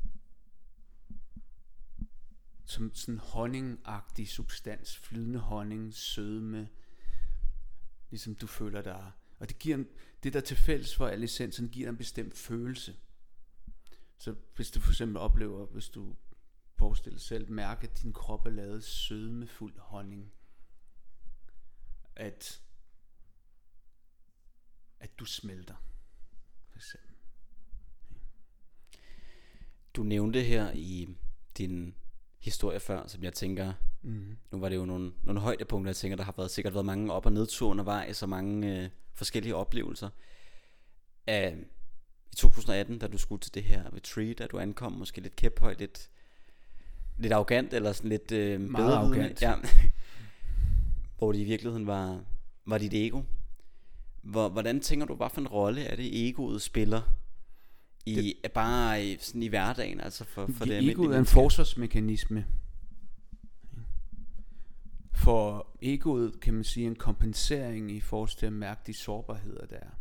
Speaker 2: som sådan honningagtig substans, flydende honning, sødme, ligesom du føler dig. Og det giver en, det der til fælles for alle essensen, giver en bestemt følelse. Så hvis du for eksempel oplever, hvis du forestiller selv, mærke at din krop er lavet sødmefuld honning, at at du smelter, for eksempel.
Speaker 1: Du nævnte her i din historie før, som jeg tænker,
Speaker 2: mm.
Speaker 1: nu var det jo nogle, nogle højdepunkter, jeg tænker, der har været, sikkert været mange op- og nedture undervejs, og mange øh, forskellige oplevelser. Af, I to tusind og atten, da du skulle til det her retreat, da du ankom måske lidt kæphøj, lidt, lidt arrogant, eller sådan lidt øh,
Speaker 2: meget arrogant.
Speaker 1: Ja, hvor det i virkeligheden var, var dit ego. Hvor, hvordan tænker du, hvad for en rolle er det egoet spiller I, det, bare i, sådan i hverdagen, altså for, for det,
Speaker 2: det egoet er en forsvarsmekanisme. For egoet kan man sige en kompensering i forhold til at mærke de sårbarheder der er.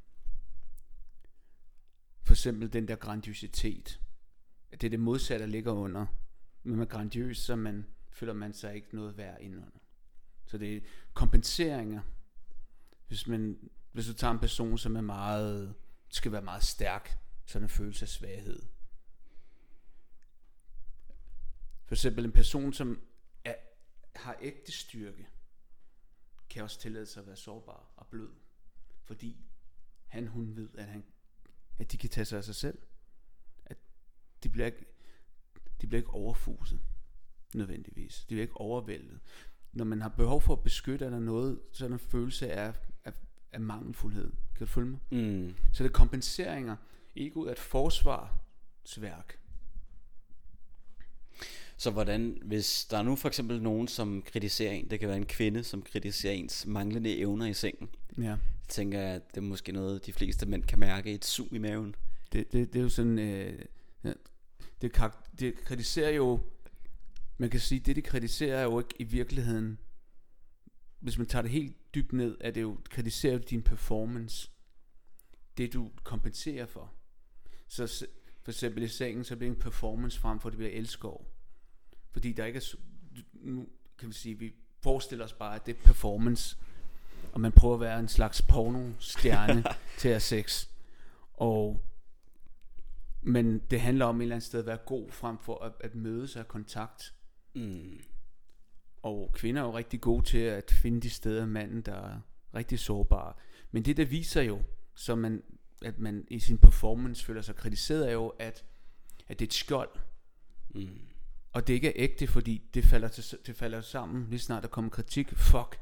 Speaker 2: For eksempel den der grandiositet. Det er det modsatte, der ligger under. Når man er grandiøs, så man, føler man sig ikke noget værd indenunder. Så det er kompenseringer. Hvis, man, hvis du tager en person, som er meget, skal være meget stærk, så er der en følelse af svaghed. For eksempel en person, som er, har ægte styrke, kan også tillade sig at være sårbar og blød. Fordi han, hun ved, at, han, at de kan tage sig af sig selv. At de bliver ikke, de bliver ikke overfuset nødvendigvis. De bliver ikke overvældet. Når man har behov for at beskytte eller noget, så er der en følelse af, af, af mangelfuldhed. Kan du følge mig?
Speaker 1: Mm.
Speaker 2: Så det er kompenseringer. Egoet er et forsvarsværk.
Speaker 1: Så hvordan, hvis der er nu for eksempel nogen, som kritiserer en, det kan være en kvinde, som kritiserer ens manglende evner i sengen.
Speaker 2: Ja.
Speaker 1: Jeg tænker, at det er måske noget, de fleste mænd kan mærke, et sug i maven.
Speaker 2: Det, det, det er jo sådan, øh, ja, det, det kritiserer jo, man kan sige, det de kritiserer er jo ikke i virkeligheden, hvis man tager det helt dybt ned, er det jo, kritiserer din performance, det du kompenserer for. Så for eksempel i sengen, så bliver en performance frem for, at det bliver elskov. Fordi der ikke er, nu kan vi sige, vi forestiller os bare, at det er performance, og man prøver at være en slags porno-stjerne til at have sex. Og, men det handler om et eller andet sted at være god, frem for at, at møde sig af kontakt.
Speaker 1: Mm.
Speaker 2: Og kvinder er jo rigtig gode til at finde de steder manden, der er rigtig sårbare. Men det der viser jo, så man, at man i sin performance føler sig kritiseret, er jo, at, at det er et skjold.
Speaker 1: Mm.
Speaker 2: Og det ikke er ægte, fordi det falder, til, det falder sammen, lige snart der kommer kritik. Fuck.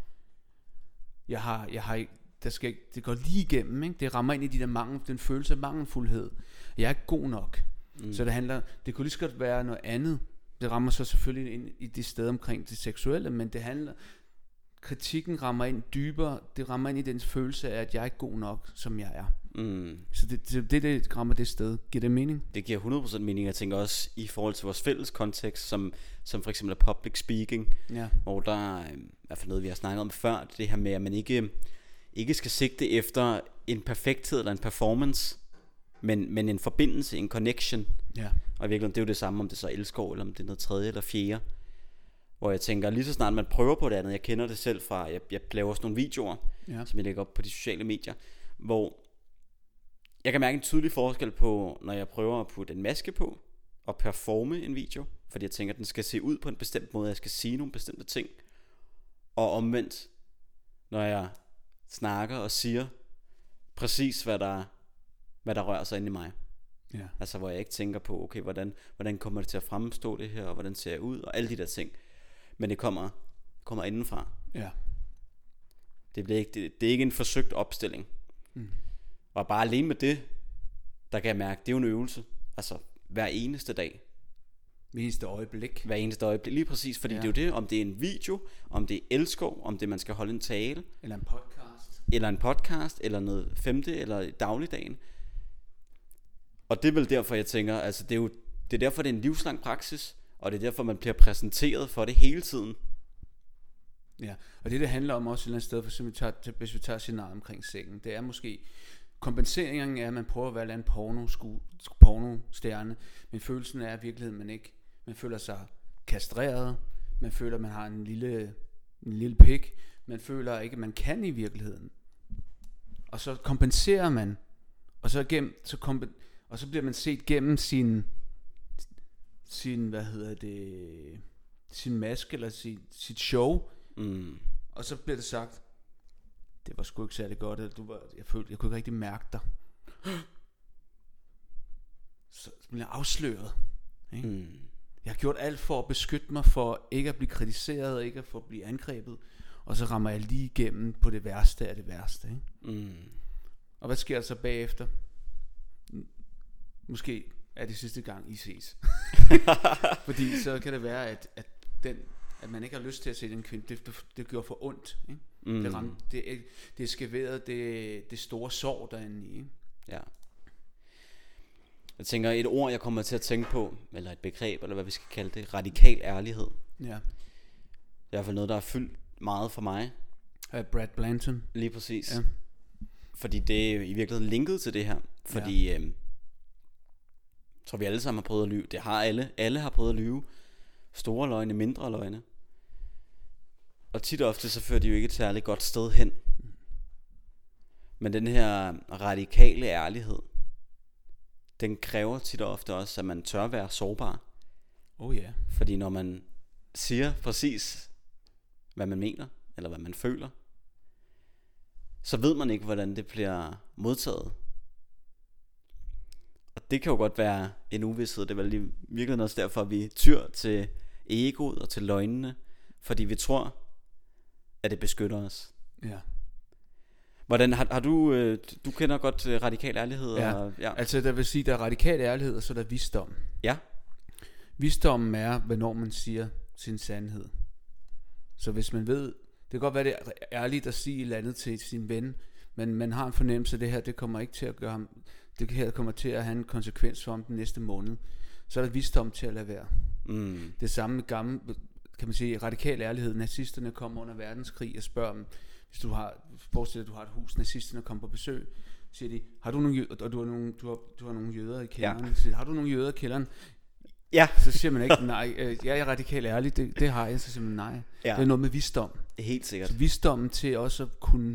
Speaker 2: Jeg har, jeg har ikke, der skal ikke, det går lige igennem, ikke? Det rammer ind i de der mangel, den følelse af mangelfuldhed. Jeg er ikke god nok. Mm. Så det handler, det kunne lige så godt være noget andet. Det rammer så selvfølgelig ind i det sted omkring det seksuelle, men det handler, kritikken rammer ind dybere. Det rammer ind i den følelse af, at jeg er ikke god nok, som jeg er.
Speaker 1: Mm.
Speaker 2: Så det, det, det, det rammer det sted. Giver det mening?
Speaker 1: Det giver hundrede procent mening. Jeg tænker også i forhold til vores fælles kontekst, som, som for eksempel er public speaking,
Speaker 2: ja.
Speaker 1: Hvor der er i hvert fald noget, vi har snakket om før, det her med, at man ikke, ikke skal sigte efter en perfekthed eller en performance, men, men en forbindelse, en connection.
Speaker 2: Ja.
Speaker 1: Og i virkeligheden, det er jo det samme, om det så er elskov, eller om det er noget tredje eller fjerde. Hvor jeg tænker, lige så snart man prøver på det andet, jeg kender det selv fra, jeg, jeg laver også nogle videoer, ja. Som jeg lægger op på de sociale medier, hvor jeg kan mærke en tydelig forskel på, når jeg prøver at putte en maske på og performe en video, fordi jeg tænker, at den skal se ud på en bestemt måde, jeg skal sige nogle bestemte ting, og omvendt, når jeg snakker og siger præcis, hvad der, hvad der rører sig inde i mig.
Speaker 2: Ja. Altså
Speaker 1: hvor jeg ikke tænker på, okay, hvordan, hvordan kommer det til at fremstå det her, og hvordan ser jeg ud, og alle de der ting. Men det kommer, kommer indenfra.
Speaker 2: Ja.
Speaker 1: Det, bliver ikke, det, det er ikke en forsøgt opstilling. Mm. Og bare alene med det, der kan jeg mærke, det er jo en øvelse. Altså hver eneste dag.
Speaker 2: Hver eneste øjeblik.
Speaker 1: Hver eneste øjeblik, lige præcis. Fordi ja. Det er jo det, om det er en video, om det er elskov, om det man skal holde en tale.
Speaker 2: Eller en podcast.
Speaker 1: Eller en podcast, eller noget femte, eller dagligdagen. Og det er vel derfor, jeg tænker, altså det er jo, det er derfor, det er en livslang praksis, og det er derfor, man bliver præsenteret for det hele tiden.
Speaker 2: Ja, og det det handler om også et eller andet sted, for eksempel, tager, hvis vi tager scenariet omkring sengen, det er måske, kompenseringen er, at man prøver at være en porno, porno-stjerne, men følelsen er i virkeligheden, man ikke, man føler sig kastreret, man føler, man har en lille, en lille pik, man føler ikke, man kan i virkeligheden. Og så kompenserer man, og så, gennem, så, kompen, og så bliver man set gennem sin, sin, hvad hedder det, sin maske, eller sit, sit show, mm. og så bliver det sagt, det var sgu ikke særlig godt, at du var, jeg følte, jeg kunne ikke rigtig mærke dig. Så bliver jeg afsløret. Ikke? Mm. Jeg har gjort alt for at beskytte mig, for ikke at blive kritiseret, og ikke for at blive angrebet, og så rammer jeg lige igennem på det værste af det værste. Ikke? Mm. Og hvad sker der så bagefter? Måske er det sidste gang I ses. Fordi så kan det være, at, at, den, at man ikke har lyst til at se den kvinde. Det, det, det gør for ondt. Ikke? Mm. Det, ramte, det, det er skaveret det, det store sår derinde i. Ikke?
Speaker 1: Ja. Jeg tænker et ord jeg kommer til at tænke på, eller et begreb, eller hvad vi skal kalde det, radikal ærlighed.
Speaker 2: Ja.
Speaker 1: Det er i hvert fald noget der er fyldt meget for mig.
Speaker 2: Uh, Brad Blanton.
Speaker 1: Lige præcis.
Speaker 2: Ja.
Speaker 1: Fordi det er i virkeligheden linket til det her. Fordi ja. øhm, jeg tror vi alle sammen har prøvet at lyve. Det har alle. Alle har prøvet at lyve. Store løgne, mindre løgne. Og tit og ofte så fører de jo ikke et særligt godt sted hen. Men den her radikale ærlighed, den kræver tit og ofte også, at man tør være sårbar.
Speaker 2: Oh ja. Yeah.
Speaker 1: Fordi når man siger præcis, hvad man mener, eller hvad man føler, så ved man ikke, hvordan det bliver modtaget. Og det kan jo godt være en uvished. Det er vel i virkeligheden også derfor, at vi tyr til egoet og til løgnene. Fordi vi tror, at det beskytter os.
Speaker 2: Ja.
Speaker 1: Hvordan har, har du øh, du kender godt øh, radikal ærlighed?
Speaker 2: Ja.
Speaker 1: Og, ja.
Speaker 2: Altså der vil sige, der er radikal ærlighed, og så er der visdom.
Speaker 1: Ja.
Speaker 2: Visdommen er, hvornår man siger sin sandhed. Så hvis man ved, det kan godt være, det er ærligt at sige et eller andet til sin ven, men man har en fornemmelse af det her, det kommer ikke til at gøre ham, det her kommer til at have en konsekvens for ham den næste måned. Så er der visdom til at lade være.
Speaker 1: Mm.
Speaker 2: Det samme med gammel, kan man sige, radikal ærlighed. Nazisterne kom under verdenskrig og spørger dem, hvis du har, forestil dig, at du har et hus, nazisterne kommer på besøg, siger de, har du nogle jøder, og du har nogle, du har, du har nogle jøder i kælderen, ja. Siger, har du nogle jøder i kælderen?
Speaker 1: Ja.
Speaker 2: Så siger man ikke, nej, øh, jeg er radikal ærlig, det, det har jeg, så siger man nej. Ja. Det er noget med visdom.
Speaker 1: Helt sikkert.
Speaker 2: Så visdommen til også at kunne,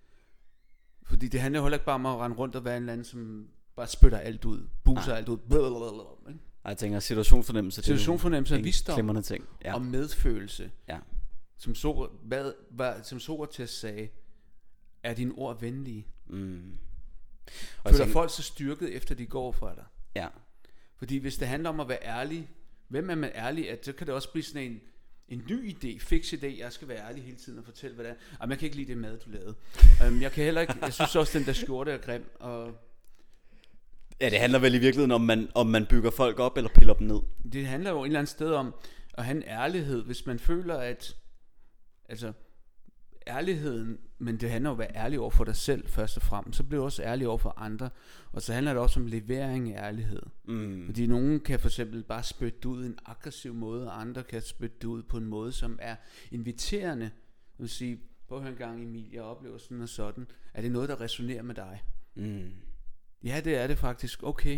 Speaker 2: fordi det handler jo heller ikke bare om at rende rundt og være en eller anden, som bare spytter alt ud, buser nej. alt ud. Blablabla.
Speaker 1: Jeg tænker situationsfornemmelse.
Speaker 2: Situationfornemmelse er visdom
Speaker 1: ting. Ja.
Speaker 2: Og medfølelse.
Speaker 1: Ja.
Speaker 2: Som, so, hvad, hvad, som Sokrates sagde, er dine ord venlige. Mm. Og føler tænker, folk så styrket efter de går fra dig.
Speaker 1: Ja.
Speaker 2: Fordi hvis det handler om at være ærlig, hvem er man ærlig, at så kan det også blive sådan en en ny idé, fix idé, jeg skal være ærlig hele tiden og fortælle hvad det er. Jamen, jeg kan ikke lide det mad du lavede. um, Jeg kan heller ikke, jeg synes også den der skjorte er grim. Og
Speaker 1: ja, det handler vel i virkeligheden om man om man bygger folk op eller piller dem ned.
Speaker 2: Det handler jo et eller andet sted om at have en ærlighed, hvis man føler at altså ærligheden, men det handler om at være ærlig over for dig selv først og fremmest. Så bliver du også ærlig over for andre. Og så handler det også om levering af ærlighed. Mm. Fordi nogen kan for eksempel bare spytte ud en aggressiv måde, og andre kan spytte ud på en måde, som er inviterende. Jeg vil sige, prøv at høre en gang Emil, jeg oplever sådan og sådan. Er det noget, der resonerer med dig? Mm. Ja, det er det faktisk. Okay.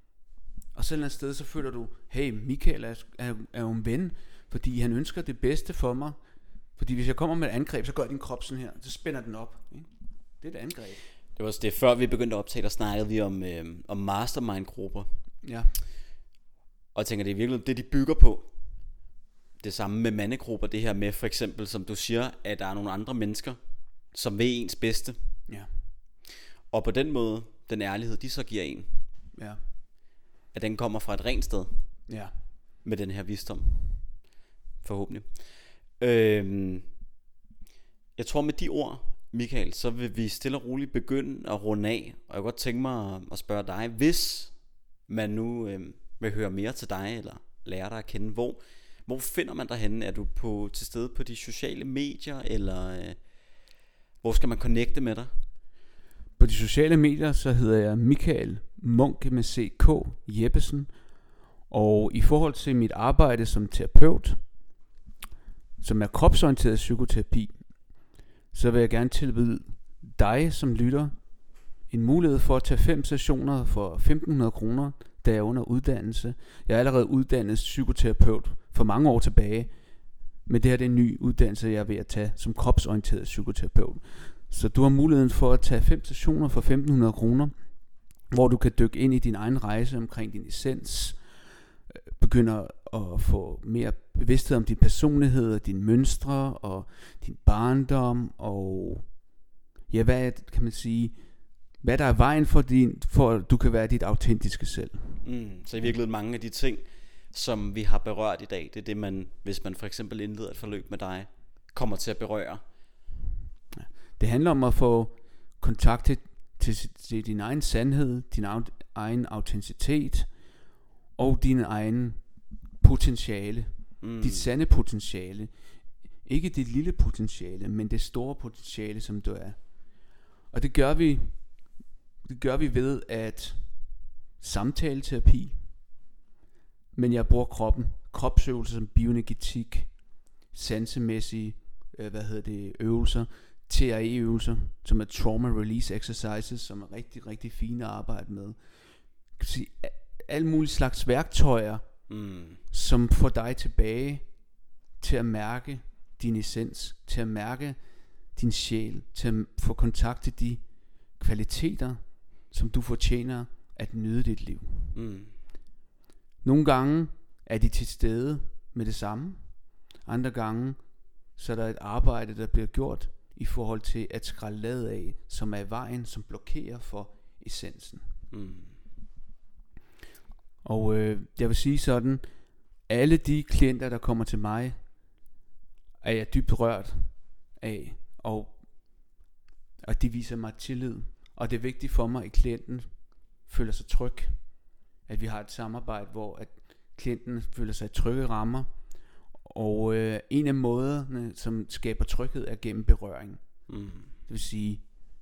Speaker 2: Og så et eller andet sted, så føler du, hey, Michael er, er, er jo en ven, fordi han ønsker det bedste for mig. Fordi hvis jeg kommer med et angreb, så gør din krop sådan her, så spænder den op. Ikke? Det er et angreb.
Speaker 1: Det var også det, før vi begyndte at optage, der snakkede vi om, øh, om mastermind-grupper.
Speaker 2: Ja.
Speaker 1: Og jeg tænker, det er virkelig det, de bygger på. Det samme med mandegrupper, det her med for eksempel, som du siger, at der er nogle andre mennesker, som vil ens bedste.
Speaker 2: Ja.
Speaker 1: Og på den måde, den ærlighed, de så giver en,
Speaker 2: ja.
Speaker 1: at den kommer fra et rent sted.
Speaker 2: Ja.
Speaker 1: Med den her visdom. Forhåbentlig. Øhm, jeg tror med de ord, Michael, så vil vi stille og roligt begynde at runde af. Og jeg kunne godt tænke mig at spørge dig, hvis man nu øhm, vil høre mere til dig, eller lære dig at kende, hvor, hvor finder man dig henne? Er du på, til stede på de sociale medier, eller øh, hvor skal man connecte med dig?
Speaker 2: På de sociale medier, så hedder jeg Michael Munke med C K Jeppesen. Og i forhold til mit arbejde som terapeut, som er kropsorienteret psykoterapi, så vil jeg gerne tilbyde dig som lytter en mulighed for at tage fem sessioner for femten hundrede kroner, der er under uddannelse. Jeg er allerede uddannet psykoterapeut for mange år tilbage, men det her det er en ny uddannelse, jeg er ved at tage som kropsorienteret psykoterapeut. Så du har muligheden for at tage fem sessioner for femten hundrede kroner, hvor du kan dykke ind i din egen rejse omkring din essens, begynder at få mere bevidsthed om din personlighed og dine mønstre og din barndom og ja, hvad kan man sige, hvad der er vejen for din, for at du kan være dit autentiske selv.
Speaker 1: Mm, så i virkeligheden mange af de ting, som vi har berørt i dag, det er det man, hvis man for eksempel indleder et forløb med dig, kommer til at berøre.
Speaker 2: Ja. Det handler om at få kontakt til, til, til din egen sandhed, din egen autenticitet og din egen potentiale. Mm. Dit sande potentiale. Ikke det lille potentiale, men det store potentiale, som du er. Og det gør vi det gør vi ved at samtaleterapi, men jeg bruger kroppen, kropsøvelser som bioenergetik, sansemæssige, øh, hvad hedder det, øvelser, T R E øvelser, som er trauma release exercises, som er rigtig, rigtig fine at arbejde med. Kan sige, alle mulige slags værktøjer, mm. som får dig tilbage til at mærke din essens, til at mærke din sjæl, til at få kontakt til de kvaliteter, som du fortjener at nyde dit liv. Mm. Nogle gange er de til stede med det samme. Andre gange så er der et arbejde, der bliver gjort i forhold til at skrælle laget af, som er i vejen, som blokerer for essensen. Mm. Og øh, jeg vil sige sådan, alle de klienter, der kommer til mig, er jeg dybt rørt af, og, og de viser mig tillid. Og det er vigtigt for mig, at klienten føler sig tryg. At vi har et samarbejde, hvor at klienten føler sig i trygge rammer. Og øh, en af måderne, som skaber tryghed, er gennem berøring. Mm. Det vil sige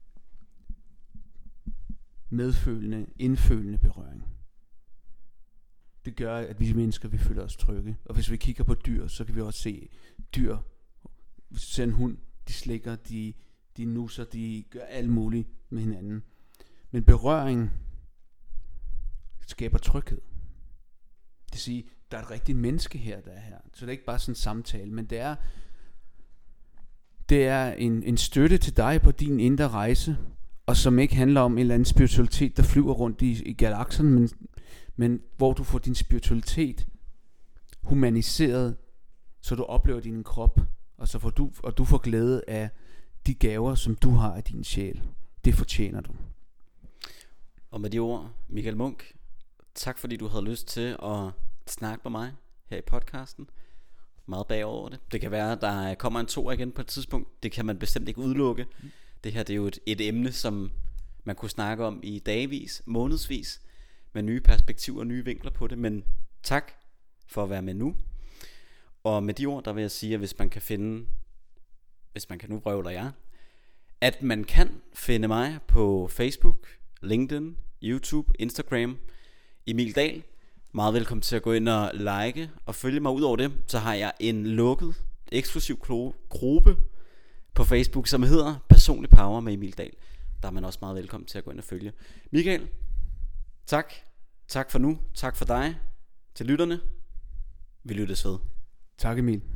Speaker 2: medfølende, indfølende berøring. Det gør, at vi mennesker, vi føler os trygge. Og hvis vi kigger på dyr, så kan vi også se dyr. Hvis du ser en hund, de slikker, de, de nusser, de gør alt muligt med hinanden. Men berøring skaber tryghed. Det vil sige, der er et rigtigt menneske her, der er her. Så det er ikke bare sådan en samtale, men det er, det er en, en støtte til dig på din indre rejse, og som ikke handler om en eller anden spiritualitet, der flyver rundt i, i galakserne, men, men hvor du får din spiritualitet humaniseret, så du oplever din krop, og så får du, og du får glæde af de gaver, som du har af din sjæl. Det fortjener du.
Speaker 1: Og med de ord, Michael Munch, tak fordi du havde lyst til at snakke med mig her i podcasten. Meget bagover det. Det kan være, at der kommer en to igen på et tidspunkt. Det kan man bestemt ikke udelukke. Mm. Det her det er jo et, et emne, som man kunne snakke om i dagvis, månedsvis, med nye perspektiver og nye vinkler på det. Men tak for at være med nu. Og med de ord, der vil jeg sige, at hvis man kan finde, hvis man kan nu røvler jeg, at man kan finde mig på Facebook, LinkedIn, YouTube, Instagram, Emil Dahl. Meget velkommen til at gå ind og like og følge mig. Ud over det, så har jeg en lukket, eksklusiv gruppe på Facebook, som hedder Personlig Power med Emil Dahl. Der er man også meget velkommen til at gå ind og følge. Michael, tak. Tak for nu. Tak for dig. Til lytterne. Vi lyttes ved.
Speaker 2: Tak, Emil.